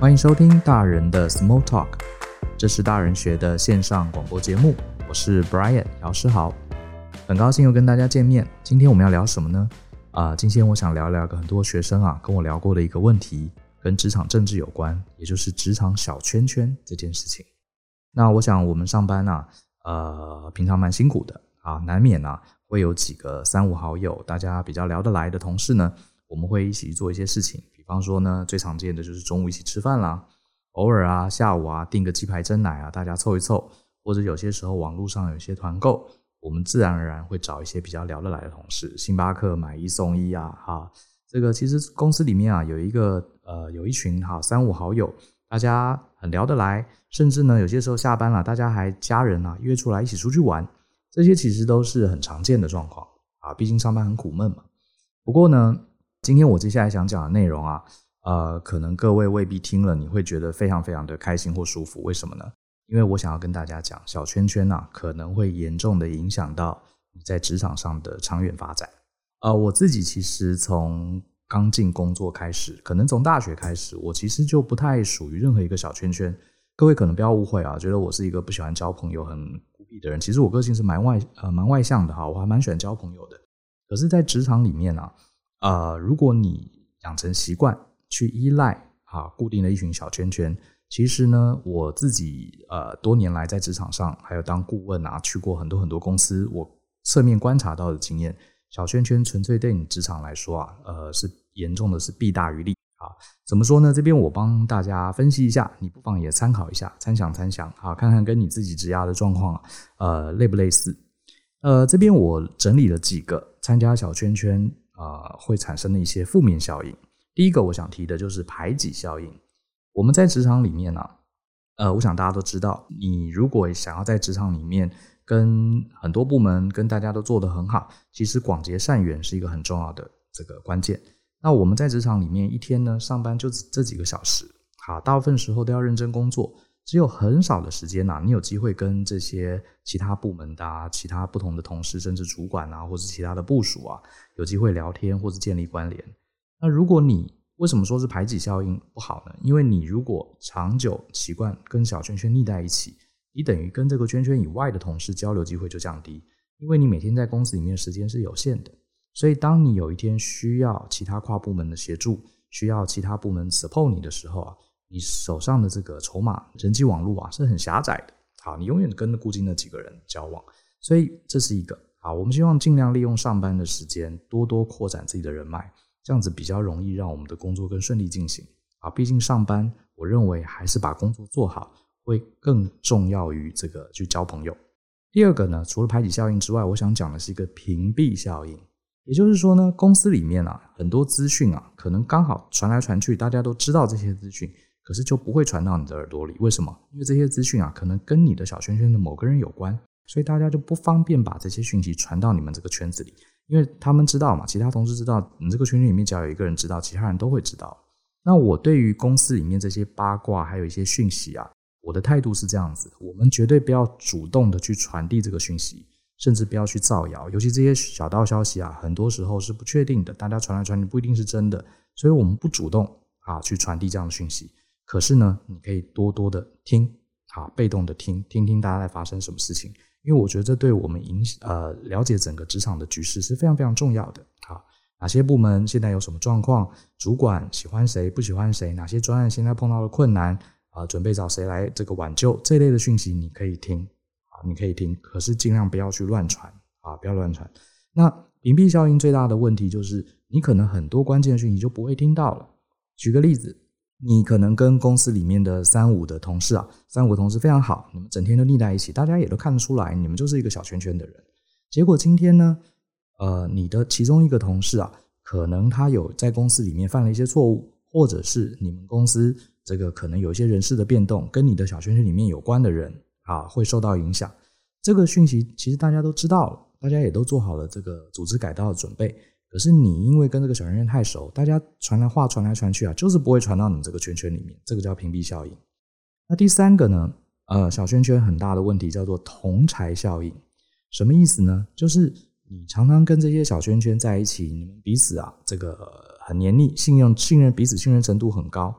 欢迎收听大人的 Small Talk， 这是大人学的线上广播节目，我是 Brian 姚诗豪，很高兴又跟大家见面。今天我们要聊什么呢？今天我想聊聊很多学生跟我聊过的一个问题，跟职场政治有关，也就是职场小圈圈这件事情。那我想我们上班平常蛮辛苦的难免会有几个3-5好友，大家比较聊得来的同事呢，我们会一起做一些事情。比方说呢，最常见的就是中午一起吃饭啦，偶尔下午订个鸡排蒸奶大家凑一凑，或者有些时候网络上有一些团购，我们自然而然会找一些比较聊得来的同事，星巴克买1送1这个其实公司里面有一群3-5好友，大家很聊得来，甚至呢有些时候下班大家还家人约出来一起出去玩，这些其实都是很常见的状况毕竟上班很苦闷嘛。不过呢，今天我接下来想讲的内容可能各位未必听了你会觉得非常非常的开心或舒服。为什么呢？因为我想要跟大家讲，小圈圈可能会严重的影响到你在职场上的长远发展。我自己其实从刚进工作开始，可能从大学开始，我其实就不太属于任何一个小圈圈。各位可能不要误会觉得我是一个不喜欢交朋友很孤僻的人，其实我个性是蛮外向的我还蛮喜欢交朋友的。可是在职场里面如果你养成习惯去依赖固定的一群小圈圈，其实呢我自己多年来在职场上还有当顾问去过很多很多公司，我侧面观察到的经验，小圈圈纯粹对你职场来说是严重的是弊大于利怎么说呢？这边我帮大家分析一下，你不妨也参考一下，参详看看跟你自己职涯的状况类不类似。这边我整理了几个参加小圈圈会产生的一些负面效应。第一个我想提的就是排挤效应。我们在职场里面我想大家都知道，你如果想要在职场里面跟很多部门跟大家都做得很好，其实广结善缘是一个很重要的这个关键。那我们在职场里面一天呢上班就这几个小时大部分时候都要认真工作，只有很少的时间你有机会跟这些其他部门的其他不同的同事甚至主管或是其他的部属有机会聊天或是建立关联。那如果你为什么说是排挤效应不好呢？因为你如果长久习惯跟小圈圈腻在一起，你等于跟这个圈圈以外的同事交流机会就降低，因为你每天在公司里面的时间是有限的。所以当你有一天需要其他跨部门的协助，需要其他部门 support 你的时候你手上的这个筹码人际网络是很狭窄的你永远跟固定的几个人交往。所以这是一个我们希望尽量利用上班的时间多多扩展自己的人脉，这样子比较容易让我们的工作更顺利进行毕竟上班我认为还是把工作做好会更重要于这个去交朋友。第二个呢，除了排挤效应之外，我想讲的是一个屏蔽效应。也就是说呢，公司里面很多资讯可能刚好传来传去，大家都知道这些资讯，可是就不会传到你的耳朵里。为什么？因为这些资讯可能跟你的小圈圈的某个人有关，所以大家就不方便把这些讯息传到你们这个圈子里，因为他们知道嘛，其他同事知道，你这个圈圈里面只要有一个人知道，其他人都会知道。那我对于公司里面这些八卦还有一些讯息我的态度是这样子，我们绝对不要主动的去传递这个讯息，甚至不要去造谣，尤其这些小道消息很多时候是不确定的，大家传来传去不一定是真的，所以我们不主动去传递这样的讯息。可是呢，你可以多多的听被动的听大家在发生什么事情，因为我觉得这对我们了解整个职场的局势是非常非常重要的哪些部门现在有什么状况，主管喜欢谁不喜欢谁，哪些专案现在碰到了困难准备找谁来这个挽救，这类的讯息你可以听可是尽量不要去乱传不要乱传。那屏蔽效应最大的问题就是你可能很多关键的讯息就不会听到了。举个例子，你可能跟公司里面的3-5的同事3-5个同事非常好，你们整天都腻在一起，大家也都看得出来你们就是一个小圈圈的人。结果今天呢你的其中一个同事可能他有在公司里面犯了一些错误，或者是你们公司这个可能有一些人事的变动跟你的小圈圈里面有关的人会受到影响。这个讯息其实大家都知道了，大家也都做好了这个组织改道的准备，可是你因为跟这个小圈圈太熟，大家传来话传来传去就是不会传到你们这个圈圈里面，这个叫屏蔽效应。那第三个呢小圈圈很大的问题叫做同侪效应。什么意思呢？就是你常常跟这些小圈圈在一起，你们彼此这个很黏腻，彼此信任程度很高，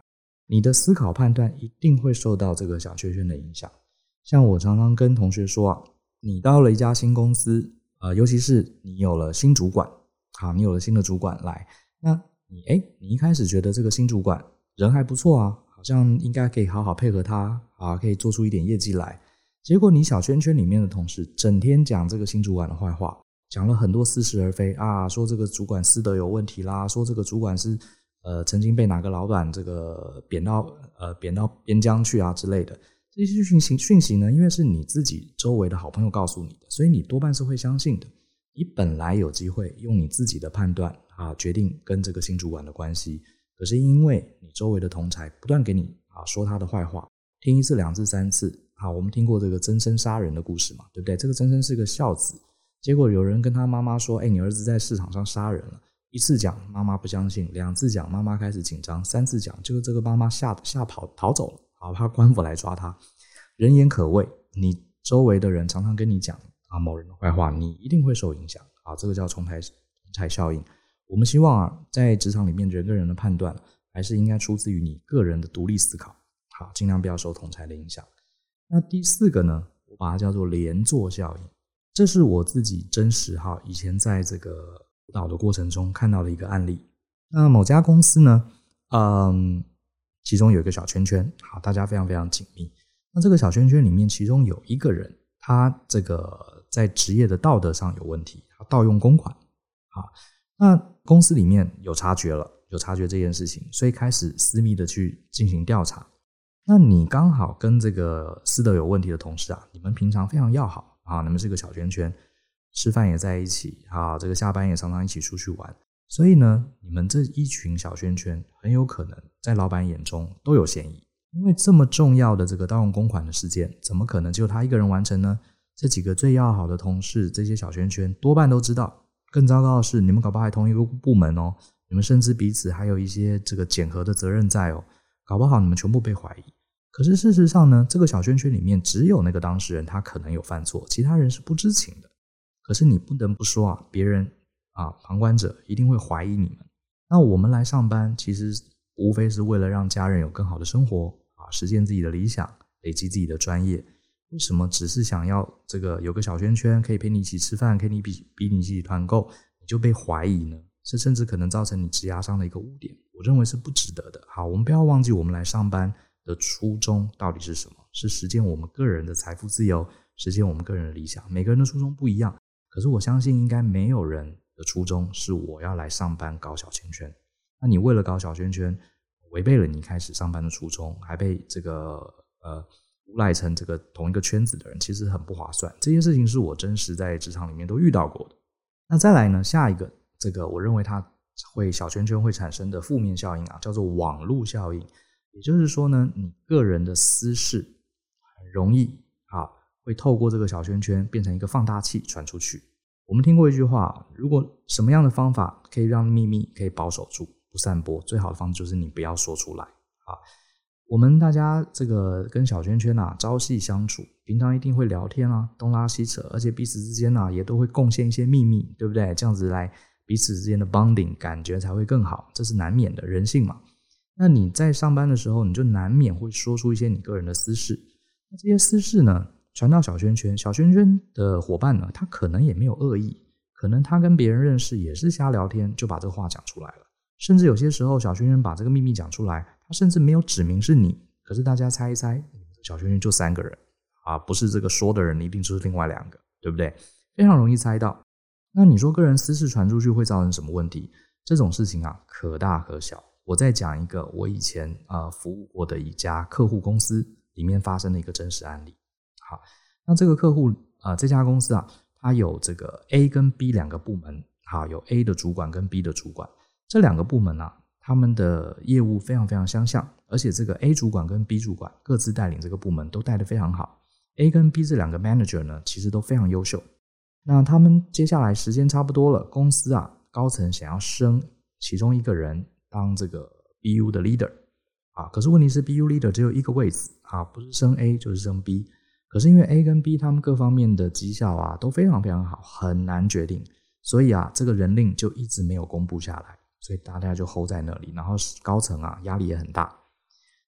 你的思考判断一定会受到这个小圈圈的影响。像我常常跟同学说啊，你到了一家新公司，尤其是你有了新主管，好，你有了新的主管来，那你一开始觉得这个新主管人还不错啊，好像应该可以好好配合他啊，可以做出一点业绩来。结果你小圈圈里面的同事整天讲这个新主管的坏话，讲了很多似是而非啊，说这个主管私德有问题啦，说这个主管是曾经被哪个老板这个贬到边疆去啊之类的。这些讯息呢，因为是你自己周围的好朋友告诉你的，所以你多半是会相信的。你本来有机会用你自己的判断啊决定跟这个新主管的关系，可是因为你周围的同侪不断给你说他的坏话，听一次两次三次。好，我们听过这个曾参杀人的故事嘛，对不对？这个曾参是个孝子，结果有人跟他妈妈说，你儿子在市场上杀人了。一次讲妈妈不相信，两次讲妈妈开始紧张，三次讲就这个妈妈吓跑逃走了，好，怕官府来抓他。人言可畏，你周围的人常常跟你讲某人的坏话，你一定会受影响啊，这个叫同侪效应。我们希望在职场里面人跟人的判断还是应该出自于你个人的独立思考，好，尽量不要受同侪的影响。那第四个呢，我把它叫做连坐效应，这是我自己真实以前在这个辅导的过程中看到的一个案例。那某家公司呢，其中有一个小圈圈，好，大家非常非常紧密。那这个小圈圈里面，其中有一个人，他这个在职业的道德上有问题，他盗用公款。好，那公司里面有察觉这件事情，所以开始私密的去进行调查。那你刚好跟这个私德有问题的同事你们平常非常要好你们是个小圈圈，吃饭也在一起这个下班也常常一起出去玩，所以呢，你们这一群小圈圈很有可能在老板眼中都有嫌疑。因为这么重要的这个盗用公款的事件，怎么可能只有他一个人完成呢？这几个最要好的同事，这些小圈圈多半都知道。更糟糕的是，你们搞不好还同一个部门哦，你们甚至彼此还有一些这个检核的责任在哦，搞不好你们全部被怀疑。可是事实上呢，这个小圈圈里面只有那个当事人他可能有犯错，其他人是不知情的。可是你不能不说别人旁观者一定会怀疑你们。那我们来上班其实无非是为了让家人有更好的生活实现自己的理想，累积自己的专业。为什么只是想要这个有个小圈圈可以陪你一起吃饭，可以逼你一起团购，你就被怀疑呢？这甚至可能造成你职涯上的一个污点，我认为是不值得的。好，我们不要忘记我们来上班的初衷到底是什么？是实践我们个人的财富自由，实现我们个人的理想。每个人的初衷不一样，可是我相信应该没有人的初衷是我要来上班搞小圈圈。那你为了搞小圈圈，违背了你开始上班的初衷，还被这个诬赖成这个同一个圈子的人，其实很不划算。这些事情是我真实在职场里面都遇到过的。那再来呢，下一个这个我认为它小圈圈会产生的负面效应叫做网路效应。也就是说呢，你个人的私事很容易会透过这个小圈圈变成一个放大器传出去。我们听过一句话，如果什么样的方法可以让秘密可以保守住不散播，最好的方式就是你不要说出来我们大家这个跟小圈圈朝夕相处，平常一定会聊天东拉西扯，而且彼此之间也都会贡献一些秘密，对不对？这样子来彼此之间的 bonding 感觉才会更好，这是难免的，人性嘛。那你在上班的时候，你就难免会说出一些你个人的私事。那这些私事呢，传到小圈圈，小圈圈的伙伴呢，他可能也没有恶意，可能他跟别人认识也是瞎聊天，就把这个话讲出来了。甚至有些时候，小圈圈把这个秘密讲出来，他甚至没有指明是你，可是大家猜一猜，小圈圈就3个人不是这个说的人一定就是另外2个，对不对？非常容易猜到。那你说个人私事传出去会造成什么问题？这种事情可大可小。我再讲一个我以前服务过的一家客户公司里面发生的一个真实案例。好，那这个客户这家公司它有这个 A 跟 B 2个部门，好，有 A 的主管跟 B 的主管。这2个部门他们的业务非常非常相像，而且这个 A 主管跟 B 主管各自带领这个部门都带得非常好。A 跟 B 这2个 manager 呢，其实都非常优秀。那他们接下来时间差不多了，公司高层想要升其中一个人当这个 BU 的 leader 可是问题是 BU leader 只有1个位置不是升 A 就是升 B。可是因为 A 跟 B 他们各方面的绩效都非常非常好，很难决定，所以这个人令就一直没有公布下来，所以大家就 hold 在那里，然后高层压力也很大。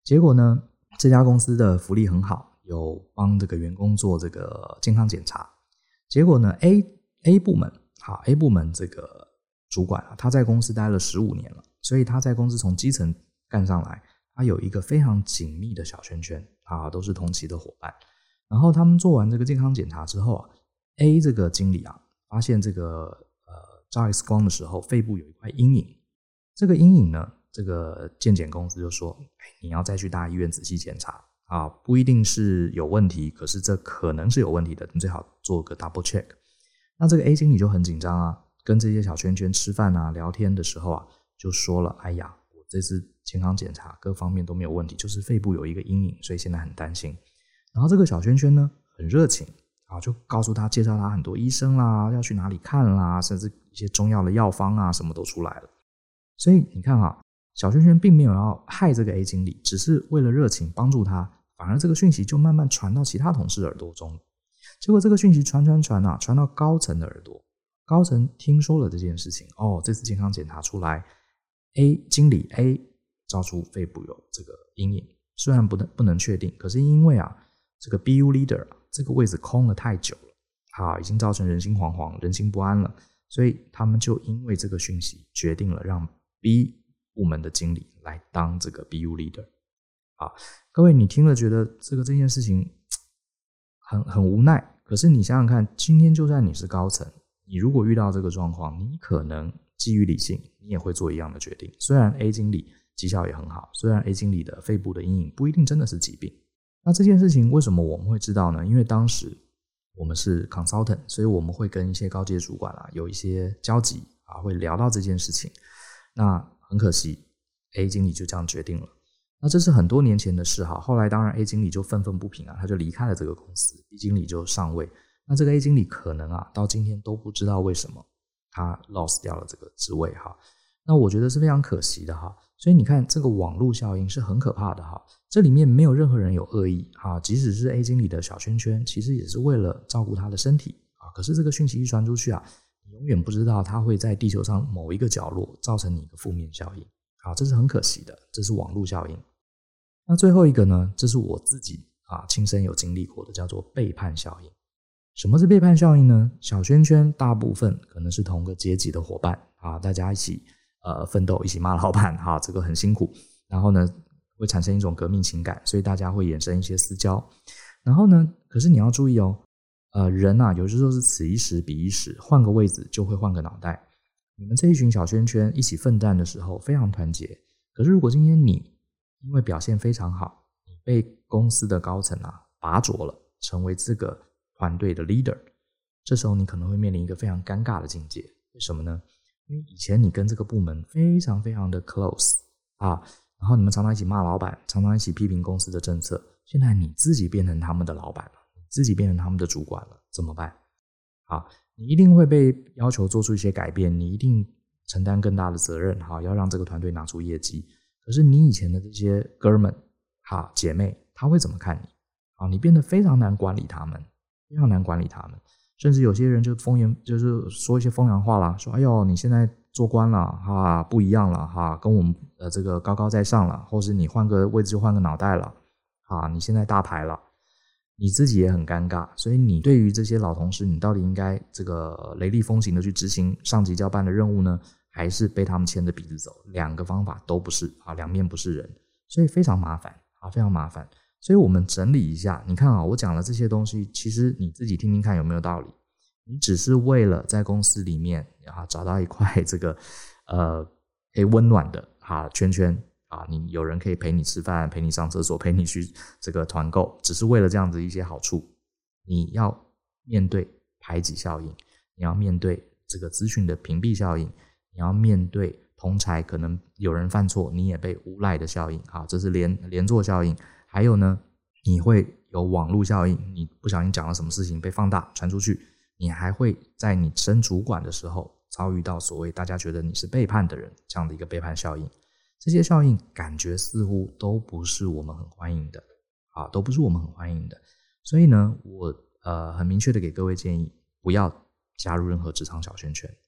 结果呢，这家公司的福利很好，有帮这个员工做这个健康检查。结果呢 A 部门A 部门这个主管他在公司待了15年了，所以他在公司从基层干上来，他有一个非常紧密的小圈圈都是同期的伙伴。然后他们做完这个健康检查之后A 这个经理发现这个照 X 光的时候肺部有一块阴影。这个阴影呢，这个健检公司就说你要再去大医院仔细检查不一定是有问题，可是这可能是有问题的，你最好做个 double check。 那这个 A 经理就很紧张跟这些小圈圈吃饭聊天的时候就说了，哎呀，我这次健康检查各方面都没有问题，就是肺部有一个阴影，所以现在很担心。然后这个小圈圈呢很热情就告诉他，介绍他很多医生啦，要去哪里看啦，甚至一些中药的药方什么都出来了。所以你看小圈圈并没有要害这个 A 经理，只是为了热情帮助他，反而这个讯息就慢慢传到其他同事耳朵中。结果这个讯息传到高层的耳朵，高层听说了这件事情这次健康检查出来 A 经理 A 照出肺部有这个阴影，虽然不能确定，可是因为这个 BU leader 这个位置空了太久了已经造成人心惶惶人心不安了，所以他们就因为这个讯息决定了让 B 部门的经理来当这个 BU leader。 各位你听了觉得这件事情很无奈，可是你想想看，今天就算你是高层，你如果遇到这个状况，你可能基于理性你也会做一样的决定。虽然 A 经理绩效也很好，虽然 A 经理的肺部的阴影不一定真的是疾病。那这件事情为什么我们会知道呢？因为当时我们是 consultant， 所以我们会跟一些高阶主管有一些交集会聊到这件事情。那很可惜 A 经理就这样决定了。那这是很多年前的事后来当然 A 经理就愤愤不平他就离开了这个公司， B 经理就上位。那这个 A 经理可能到今天都不知道为什么他 lost 掉了这个职位那我觉得是非常可惜的所以你看这个网络效应是很可怕的这里面没有任何人有恶意即使是 A 经理的小圈圈其实也是为了照顾他的身体可是这个讯息一传出去你永远不知道它会在地球上某一个角落造成你一个负面效应这是很可惜的，这是网络效应。那最后一个呢，这是我自己亲身有经历过的，叫做背叛效应。什么是背叛效应呢？小圈圈大部分可能是同个阶级的伙伴大家一起奋斗，一起骂老板这个很辛苦，然后呢会产生一种革命情感，所以大家会衍生一些私交。然后呢，可是你要注意人有时候是此一时彼一时，换个位置就会换个脑袋。你们这一群小圈圈一起奋战的时候非常团结，可是如果今天你因为表现非常好，你被公司的高层拔擢了，成为这个团队的 leader， 这时候你可能会面临一个非常尴尬的境界。为什么呢？因为以前你跟这个部门非常非常的 close 然后你们常常一起骂老板，常常一起批评公司的政策，现在你自己变成他们的老板了，你自己变成他们的主管了，怎么办？你一定会被要求做出一些改变，你一定承担更大的责任要让这个团队拿出业绩。可是你以前的这些哥们姐妹他会怎么看你你变得非常难管理他们，非常难管理他们。甚至有些人就是说一些风凉话啦，说哎呦你现在做官了不一样了跟我们这个高高在上了，或是你换个位置就换个脑袋了你现在大牌了，你自己也很尴尬。所以你对于这些老同事，你到底应该这个雷厉风行的去执行上级交办的任务呢，还是被他们牵着鼻子走？两个方法都不是两面不是人，所以非常麻烦非常麻烦。所以我们整理一下，你看我讲了这些东西，其实你自己听听看有没有道理。你只是为了在公司里面找到一块这个可以温暖的圈圈你有人可以陪你吃饭，陪你上厕所，陪你去这个团购，只是为了这样子一些好处。你要面对排挤效应，你要面对这个资讯的屏蔽效应，你要面对同侪可能有人犯错你也被诬赖的效应这是连坐效应。还有呢，你会有网络效应，你不小心讲了什么事情被放大传出去，你还会在你升主管的时候遭遇到所谓大家觉得你是背叛的人这样的一个背叛效应。这些效应感觉似乎都不是我们很欢迎的都不是我们很欢迎的。所以呢，我很明确的给各位建议，不要加入任何职场小圈圈。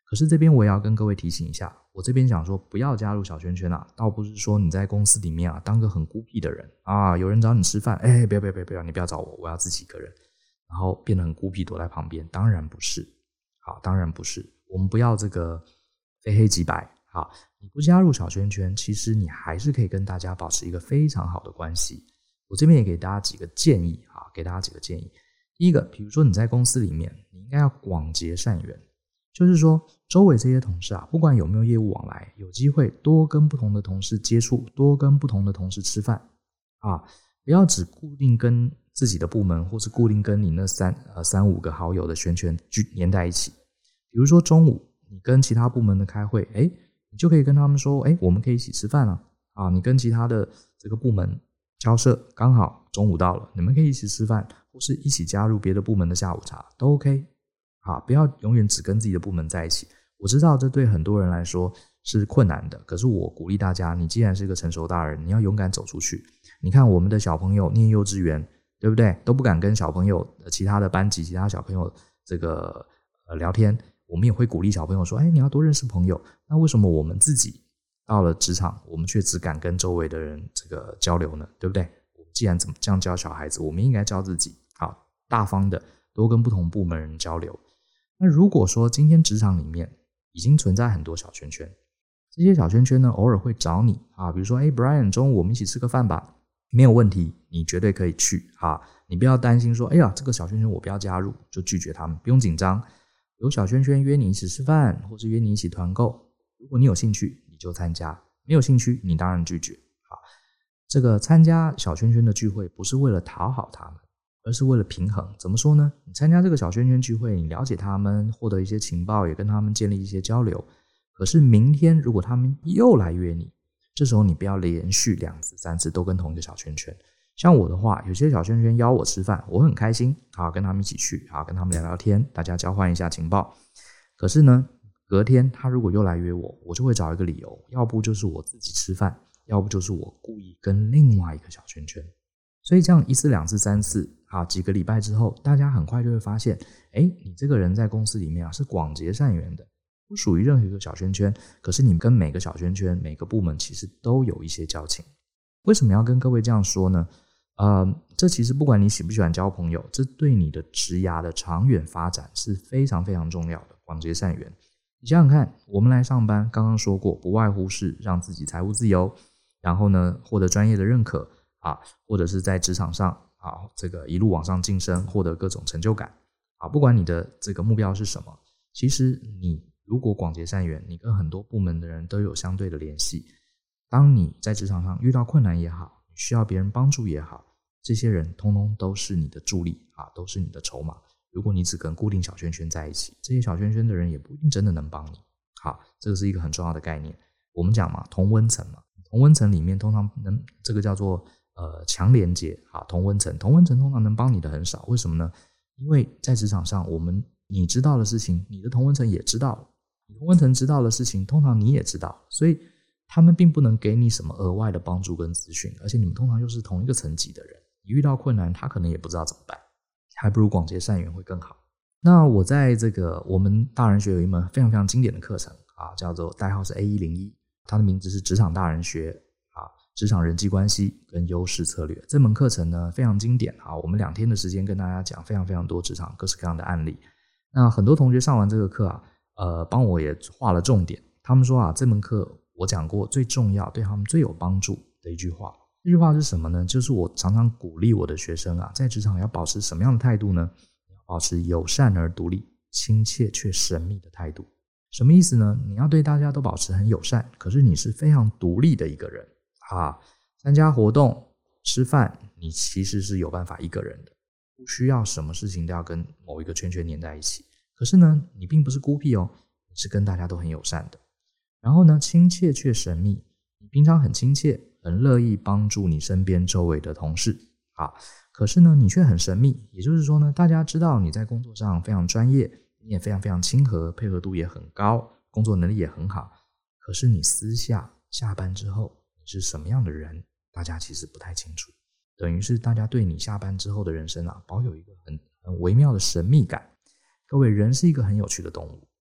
可是这边我也要跟各位提醒一下，我这边讲说不要加入小圈圈啊，倒不是说你在公司里面啊当个很孤僻的人啊，有人找你吃饭，不要，你不要找我，我要自己一个人，然后变得很孤僻躲在旁边，当然不是。好，当然不是，我们不要这个非黑即白。好，你不加入小圈圈，其实你还是可以跟大家保持一个非常好的关系。我这边也给大家几个建议啊，第一个，比如说你在公司里面，你应该要广结善缘，就是说周围这些同事啊，不管有没有业务往来，有机会多跟不同的同事接触，多跟不同的同事吃饭啊，不要只固定跟自己的部门，或是固定跟你那三五个好友的圈黏在一起。比如说中午你跟其他部门的开会，你就可以跟他们说，我们可以一起吃饭啊，你跟其他的这个部门交涉，刚好中午到了，你们可以一起吃饭，或是一起加入别的部门的下午茶，都 OK。好，不要永远只跟自己的部门在一起。我知道这对很多人来说是困难的，可是我鼓励大家，你既然是个成熟大人，你要勇敢走出去。你看我们的小朋友念幼稚园，对不对？都不敢跟小朋友其他的班级其他小朋友这个聊天，我们也会鼓励小朋友说，你要多认识朋友。那为什么我们自己到了职场，我们却只敢跟周围的人这个交流呢？对不对？我们既然这样教小孩子，我们应该教自己，好，大方的多跟不同部门人交流。那如果说今天职场里面已经存在很多小圈圈，这些小圈圈呢偶尔会找你啊，比如说Brian 中午我们一起吃个饭吧，没有问题，你绝对可以去啊，你不要担心说这个小圈圈我不要加入就拒绝他们，不用紧张。有小圈圈约你一起吃饭，或是约你一起团购，如果你有兴趣你就参加，没有兴趣你当然拒绝。好，这个参加小圈圈的聚会不是为了讨好他们，而是为了平衡。怎么说呢？你参加这个小圈圈聚会，你了解他们，获得一些情报，也跟他们建立一些交流。可是明天如果他们又来约你，这时候你不要连续2次3次都跟同一个小圈圈。像我的话，有些小圈圈邀我吃饭，我很开心，好跟他们一起去，好跟他们聊聊天，大家交换一下情报。可是呢，隔天他如果又来约我，我就会找一个理由，要不就是我自己吃饭，要不就是我故意跟另外一个小圈圈。所以这样1次2次3次，好几个礼拜之后，大家很快就会发现，你这个人在公司里面是广结善缘的，不属于任何一个小圈圈，可是你跟每个小圈圈每个部门其实都有一些交情。为什么要跟各位这样说呢？这其实不管你喜不喜欢交朋友，这对你的职涯的长远发展是非常非常重要的，广结善缘。你想想看，我们来上班刚刚说过，不外乎是让自己财务自由，然后呢获得专业的认可啊，或者是在职场上啊这个一路往上晋升，获得各种成就感啊。不管你的这个目标是什么，其实你如果广结善缘，你跟很多部门的人都有相对的联系，当你在职场上遇到困难也好，需要别人帮助也好，这些人通通都是你的助力啊，都是你的筹码。如果你只跟固定小圈圈在一起，这些小圈圈的人也不一定真的能帮你。好，这个是一个很重要的概念。我们讲嘛，同温层嘛，同温层里面通常这个叫做强连结啊，同温层通常能帮你的很少。为什么呢？因为在职场上，你知道的事情，你的同温层也知道了，你同温层知道的事情，通常你也知道，所以他们并不能给你什么额外的帮助跟资讯，而且你们通常又是同一个层级的人，你遇到困难他可能也不知道怎么办，还不如广结善缘会更好。那我在这个我们大人学有一门非常非常经典的课程啊，叫做代号是 A101， 它的名字是职场大人学啊，职场人际关系跟优势策略。这门课程呢非常经典啊，我们2天的时间跟大家讲非常非常多职场各式各样的案例。那很多同学上完这个课啊，帮我也画了重点。他们说啊，这门课我讲过最重要对他们最有帮助的一句话。这句话是什么呢？就是我常常鼓励我的学生啊，在职场要保持什么样的态度呢？保持友善而独立，亲切却神秘的态度。什么意思呢？你要对大家都保持很友善，可是你是非常独立的一个人啊。参加活动吃饭，你其实是有办法一个人的，不需要什么事情都要跟某一个圈圈黏在一起。可是呢，你并不是孤僻哦，你是跟大家都很友善的。然后呢，亲切却神秘，你平常很亲切，很乐意帮助你身边周围的同事啊。可是呢，你却很神秘，也就是说呢，大家知道你在工作上非常专业，你也非常非常亲和，配合度也很高，工作能力也很好。可是你私下下班之后你是什么样的人，大家其实不太清楚。等于是大家对你下班之后的人生啊，保有一个很微妙的神秘感。各位，人是一个很有趣的动物，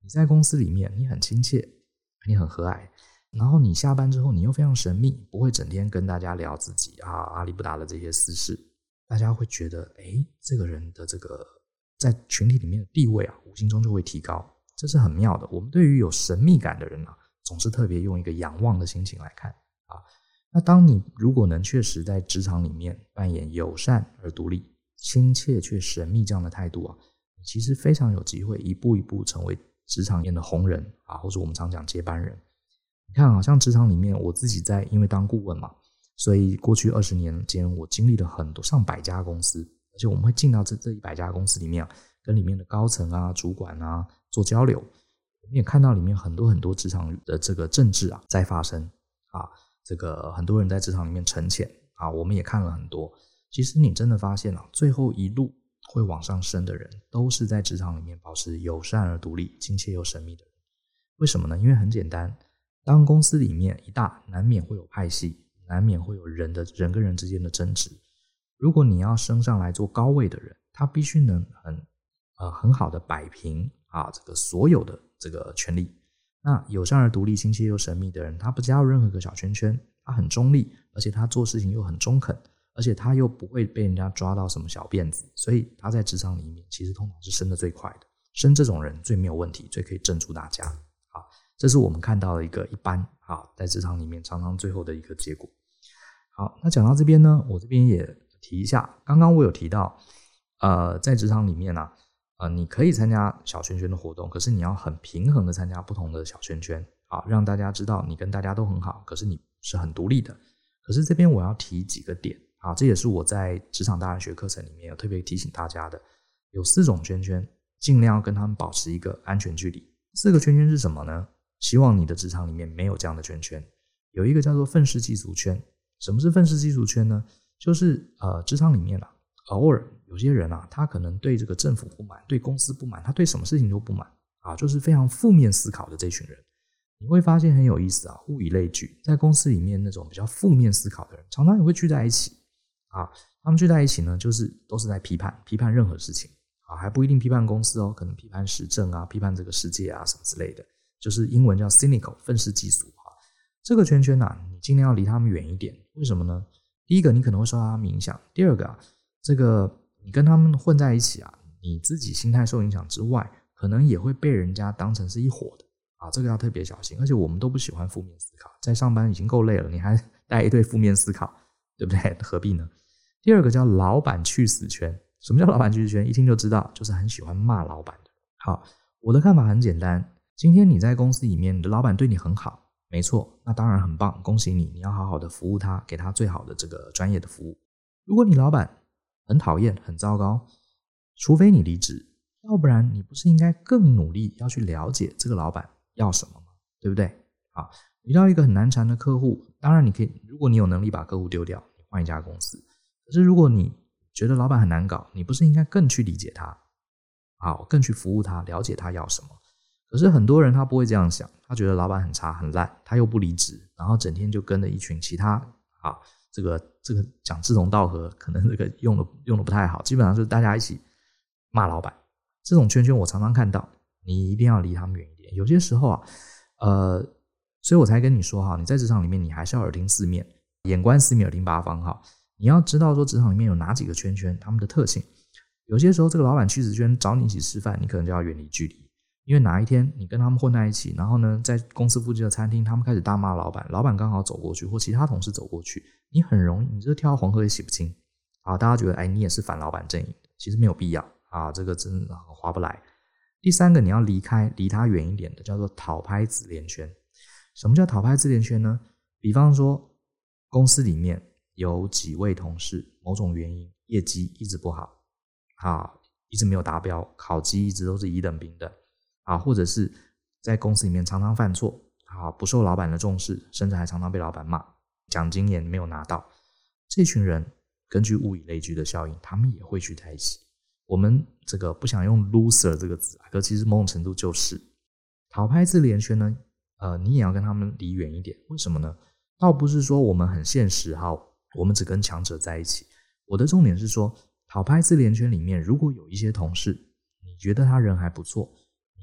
你在公司里面你很亲切，你很和蔼，然后你下班之后你又非常神秘，不会整天跟大家聊自己阿里不达的这些私事，大家会觉得这个人的这个在群体里面的地位无形中就会提高，这是很妙的。我们对于有神秘感的人总是特别用一个仰望的心情来看那当你如果能确实在职场里面扮演友善而独立、亲切却神秘这样的态度你其实非常有机会一步一步成为职场里面的红人或者我们常讲接班人。你看好像职场里面我自己因为当顾问嘛，所以过去20年间我经历了很多上百家公司，而且我们会进到这100家公司里面跟里面的高层主管做交流，我们也看到里面很多很多职场的这个政治在发生这个很多人在职场里面沉潜我们也看了很多。其实你真的发现最后一路会往上升的人都是在职场里面保持友善而独立、亲切又神秘的人。为什么呢？因为很简单，当公司里面一大，难免会有派系，难免会有人跟人之间的争执。如果你要升上来做高位的人，他必须能很好的摆平这个所有的这个权利。那友善而独立、亲切又神秘的人，他不加入任何一个小圈圈，他很中立，而且他做事情又很中肯，而且他又不会被人家抓到什么小辫子，所以他在职场里面其实通常是升得最快的。升这种人最没有问题，最可以镇住大家这是我们看到的一个一般在职场里面常常最后的一个结果。好，那讲到这边呢，我这边也提一下，刚刚我有提到在职场里面你可以参加小圈圈的活动，可是你要很平衡的参加不同的小圈圈让大家知道你跟大家都很好，可是你是很独立的。可是这边我要提几个点这也是我在职场大人学课程里面有特别提醒大家的，有4种圈圈，尽量要跟他们保持一个安全距离。4个圈圈是什么呢？希望你的职场里面没有这样的圈圈。有一个叫做愤世嫉俗圈。什么是愤世嫉俗圈呢？就是职场里面偶尔有些人他可能对这个政府不满，对公司不满，他对什么事情都不满就是非常负面思考的这群人。你会发现很有意思物以类聚，在公司里面那种比较负面思考的人常常也会聚在一起他们聚在一起呢，就是都是在批判任何事情还不一定批判公司可能批判时政批判这个世界什么之类的，就是英文叫 cynical 愤世嫉俗这个圈圈你尽量要离他们远一点。为什么呢？第一个，你可能会受到他们影响；第二个这个你跟他们混在一起你自己心态受影响之外，可能也会被人家当成是一伙的这个要特别小心。而且我们都不喜欢负面思考，在上班已经够累了，你还带一堆负面思考，对不对？何必呢？第二个叫老板去死圈。什么叫老板去死圈？一听就知道，就是很喜欢骂老板的。好，我的看法很简单，今天你在公司里面，你的老板对你很好，没错，那当然很棒，恭喜你，你要好好的服务他，给他最好的这个专业的服务。如果你老板很讨厌、很糟糕，除非你离职，要不然你不是应该更努力要去了解这个老板要什么吗？对不对？好，遇到一个很难缠的客户，当然你可以，如果你有能力把客户丢掉，你换一家公司。可是如果你觉得老板很难搞，你不是应该更去理解他，更去服务他，了解他要什么？可是很多人他不会这样想，他觉得老板很差很烂，他又不离职，然后整天就跟着一群其他这个讲志同道合，可能这个用的不太好，基本上就是大家一起骂老板。这种圈圈我常常看到，你一定要离他们远一点。有些时候所以我才跟你说你在职场里面你还是要耳听四面，眼观四面耳听八方你要知道说职场里面有哪几个圈圈，他们的特性。有些时候这个老板去死圈找你一起吃饭，你可能就要远离距离，因为哪一天你跟他们混在一起，然后呢在公司附近的餐厅他们开始大骂老板，老板刚好走过去或其他同事走过去，你很容易你这跳到黄河也洗不清大家觉得你也是反老板阵营，其实没有必要这个真的很划不来。第三个，你要离他远一点的叫做讨拍自恋圈。什么叫讨拍自恋圈呢？比方说公司里面有几位同事某种原因业绩一直不好一直没有达标，考绩一直都是乙等丙等或者是在公司里面常常犯错不受老板的重视，甚至还常常被老板骂，奖金也没有拿到。这群人根据物以类聚的效应，他们也会聚在一起。我们这个不想用 loser 这个字可其实某种程度就是讨拍自恋圈呢你也要跟他们离远一点。为什么呢？倒不是说我们很现实我们只跟强者在一起。我的重点是说，讨拍自恋圈里面如果有一些同事你觉得他人还不错，你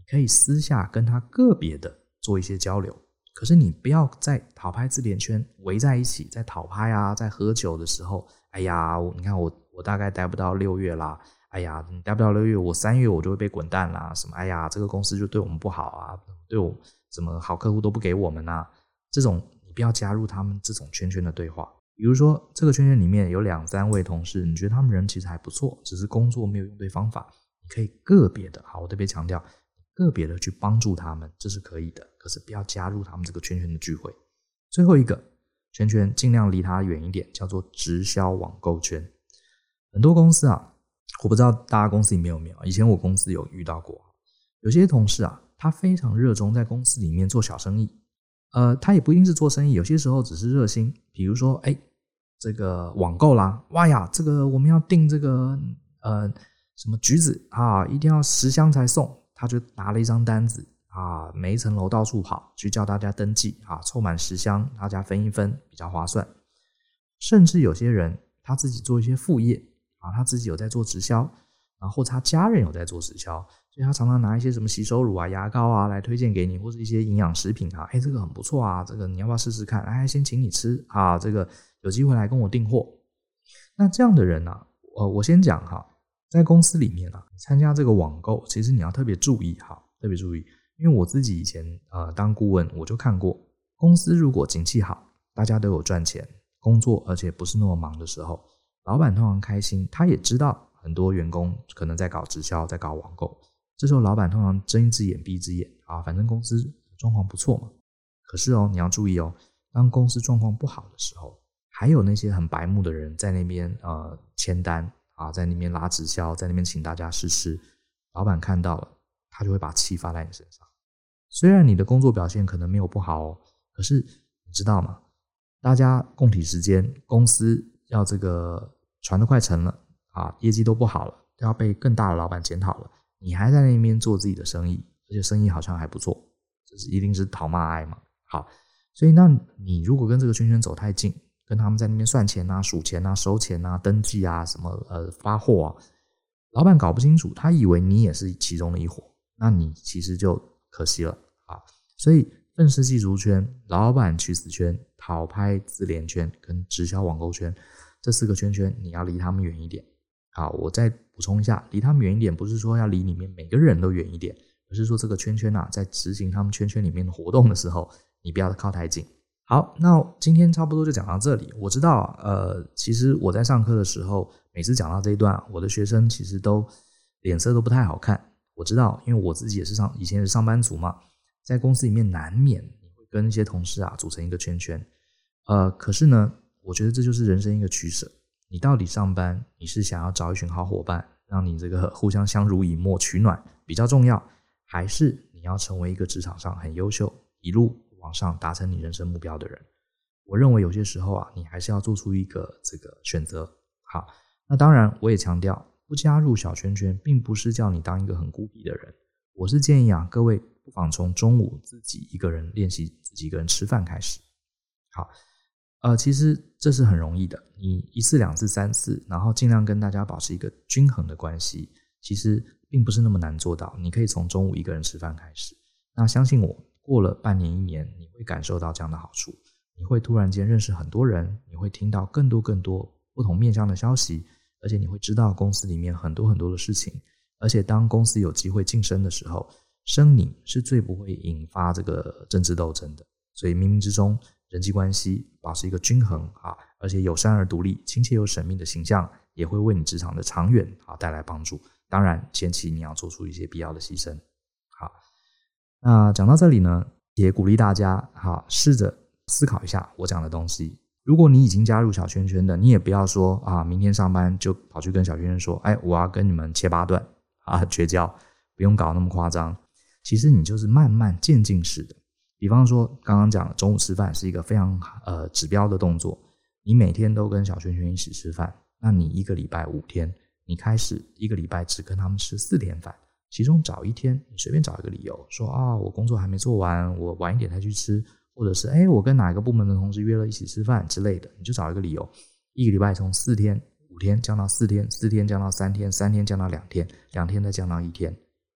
可以私下跟他个别的做一些交流，可是你不要在讨拍自联圈围在一起，在讨拍啊，在喝酒的时候，哎呀，你看我大概待不到6月啦，哎呀，你待不到6月，我3月我就会被滚蛋啦，什么哎呀，这个公司就对我们不好啊，对我什么好客户都不给我们啊，这种你不要加入他们这种圈圈的对话。比如说这个圈圈里面有2-3位同事，你觉得他们人其实还不错，只是工作没有用对方法，你可以个别的，好，我特别强调个别的去帮助他们，这是可以的，可是不要加入他们这个圈圈的聚会。最后一个圈圈尽量离他远一点，叫做直销网购圈。很多公司啊，我不知道大家公司里面有没有，以前我公司有遇到过，有些同事啊，他非常热衷在公司里面做小生意，他也不一定是做生意，有些时候只是热心，比如说这个网购啦，哇呀，这个我们要订这个什么橘子啊，一定要10箱才送，他就拿了一张单子啊，每一层楼到处跑去叫大家登记啊，凑满10箱大家分一分比较划算。甚至有些人他自己做一些副业啊，他自己有在做直销，然后或者他家人有在做直销，所以他常常拿一些什么洗手乳啊、牙膏啊来推荐给你，或是一些营养食品啊，这个很不错啊，这个你要不要试试看？先请你吃啊，这个有机会来跟我订货。那这样的人啊，我先讲哈，在公司里面啊，参加这个网购，其实你要特别注意哈，特别注意，因为我自己以前当顾问，我就看过，公司如果景气好，大家都有赚钱，工作而且不是那么忙的时候，老板通常开心，他也知道很多员工可能在搞直销，在搞网购，这时候老板通常睁一只眼闭一只眼啊，反正公司状况不错嘛。可是你要注意当公司状况不好的时候，还有那些很白目的人在那边签单啊，在那边拉直销，在那边请大家试吃，老板看到了，他就会把气发在你身上。虽然你的工作表现可能没有不好可是你知道吗？大家共体时间，公司要这个船都快沉了啊，业绩都不好了，都要被更大的老板检讨了，你还在那边做自己的生意，而且生意好像还不错，这是一定是讨骂哀嘛。好，所以那你如果跟这个圈圈走太近，跟他们在那边算钱啊、数钱啊、收钱啊、登记啊、什么发货啊，老板搞不清楚，他以为你也是其中的一伙，那你其实就可惜了啊。所以愤世嫉俗圈、老板取死圈、讨拍自联圈跟直销网购圈，这4个圈圈你要离他们远一点。好，我再补充一下，离他们远一点不是说要离里面每个人都远一点，而是说这个圈圈在执行他们圈圈里面的活动的时候，你不要靠太近。好，那今天差不多就讲到这里。我知道其实我在上课的时候，每次讲到这一段，我的学生其实都脸色都不太好看。我知道，因为我自己也是以前是上班族嘛，在公司里面难免你会跟一些同事组成一个圈圈。可是呢，我觉得这就是人生一个取舍。你到底上班，你是想要找一群好伙伴，让你这个互相相濡以沫取暖比较重要，还是你要成为一个职场上很优秀，一路往上达成你人生目标的人？我认为有些时候你还是要做出一个这个选择。好，那当然我也强调，不加入小圈圈并不是叫你当一个很孤僻的人，我是建议各位不妨从中午自己一个人练习自己一个人吃饭开始。好，其实这是很容易的，你1次2次3次，然后尽量跟大家保持一个均衡的关系，其实并不是那么难做到。你可以从中午一个人吃饭开始，那相信我，过了半年1年，你会感受到这样的好处，你会突然间认识很多人，你会听到更多不同面向的消息，而且你会知道公司里面很多的事情，而且当公司有机会晋升的时候，升你是最不会引发这个政治斗争的。所以冥冥之中，人际关系保持一个均衡而且友善而独立、亲切又神秘的形象，也会为你职场的长远带来帮助。当然前期你要做出一些必要的牺牲。好，那讲到这里呢，也鼓励大家试着思考一下我讲的东西。如果你已经加入小圈圈的，你也不要说明天上班就跑去跟小圈圈说我要跟你们切8段绝交，不用搞那么夸张。其实你就是慢慢渐进式的，比方说刚刚讲的中午吃饭是一个非常指标的动作，你每天都跟小圈圈一起吃饭，那你1个礼拜5天，你开始1个礼拜只跟他们吃4天饭，其中找1天你随便找一个理由说我工作还没做完，我晚一点才去吃，或者是我跟哪个部门的同事约了一起吃饭之类的，你就找一个理由，1个礼拜从4天5天降到4天，4天降到3天，3天降到2天，2天再降到1天。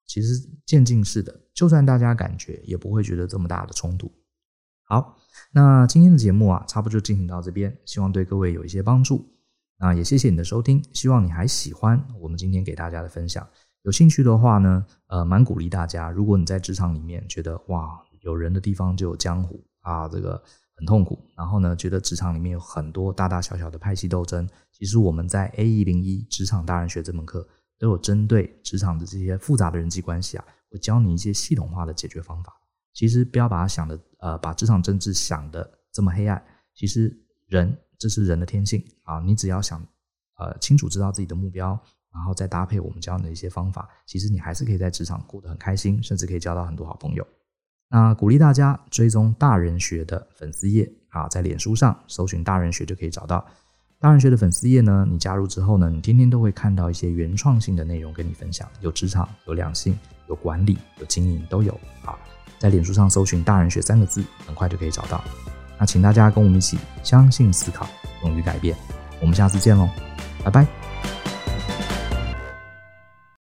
其实渐进式的，就算大家感觉也不会觉得这么大的冲突。好，那今天的节目差不多就进行到这边，希望对各位有一些帮助。那也谢谢你的收听，希望你还喜欢我们今天给大家的分享。有兴趣的话呢，蛮鼓励大家，如果你在职场里面觉得哇，有人的地方就有江湖这个很痛苦，然后呢，觉得职场里面有很多大大小小的派系斗争，其实我们在 A101 职场大人学这门课都有针对职场的这些复杂的人际关系会教你一些系统化的解决方法。其实不要把它想的把职场政治想的这么黑暗，其实这是人的天性你只要想清楚知道自己的目标，然后再搭配我们教你的一些方法，其实你还是可以在职场过得很开心，甚至可以交到很多好朋友。那鼓励大家追踪大人学的粉丝页在脸书上搜寻大人学就可以找到大人学的粉丝页呢。你加入之后呢，你天天都会看到一些原创性的内容跟你分享，有职场，有两性，有管理，有经营，都有在脸书上搜寻大人学3个字，很快就可以找到。那请大家跟我们一起相信思考，勇于改变。我们下次见咯，拜拜。